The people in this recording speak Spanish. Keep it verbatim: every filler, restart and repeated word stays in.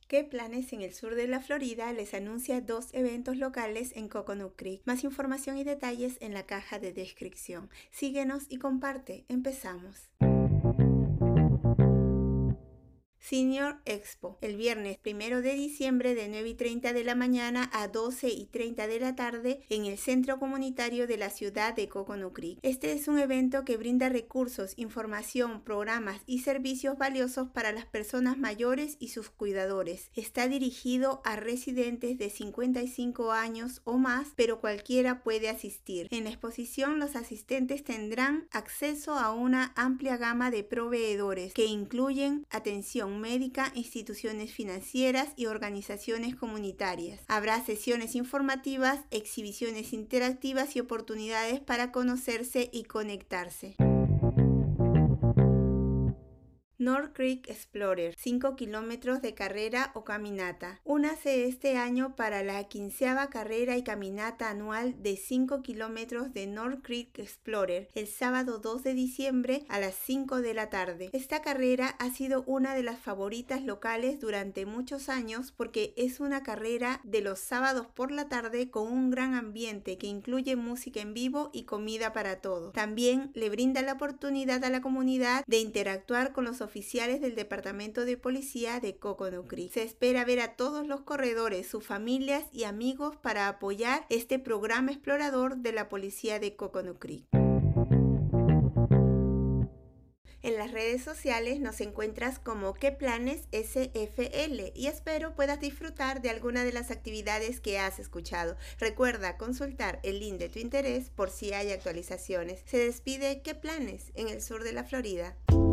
¿Qué planes en el sur de la Florida? Les anuncia dos eventos locales en Coconut Creek. Más información y detalles en la caja de descripción. Síguenos y comparte. Empezamos. Senior Expo, el viernes primero de diciembre de nueve y treinta de la mañana a doce y treinta de la tarde en el Centro Comunitario de la ciudad de Coconut Creek. Este es un evento que brinda recursos, información, programas y servicios valiosos para las personas mayores y sus cuidadores. Está dirigido a residentes de cincuenta y cinco años o más, pero cualquiera puede asistir. En la exposición, los asistentes tendrán acceso a una amplia gama de proveedores que incluyen atención médica, instituciones financieras y organizaciones comunitarias. Habrá sesiones informativas, exhibiciones interactivas y oportunidades para conocerse y conectarse. North Creek Explorer, cinco kilómetros de carrera o caminata. Únase este año para la quinceava carrera y caminata anual de cinco kilómetros de North Creek Explorer, el sábado dos de diciembre a las cinco de la tarde. Esta carrera ha sido una de las favoritas locales durante muchos años porque es una carrera de los sábados por la tarde con un gran ambiente que incluye música en vivo y comida para todos. También le brinda la oportunidad a la comunidad de interactuar con los oficiales del Departamento de Policía de Coconut Creek. Se espera ver a todos los corredores, sus familias y amigos para apoyar este programa explorador de la Policía de Coconut Creek. En las redes sociales nos encuentras como ¿Qué planes S F L? Y espero puedas disfrutar de alguna de las actividades que has escuchado. Recuerda consultar el link de tu interés por si hay actualizaciones. Se despide ¿Qué planes? En el sur de la Florida.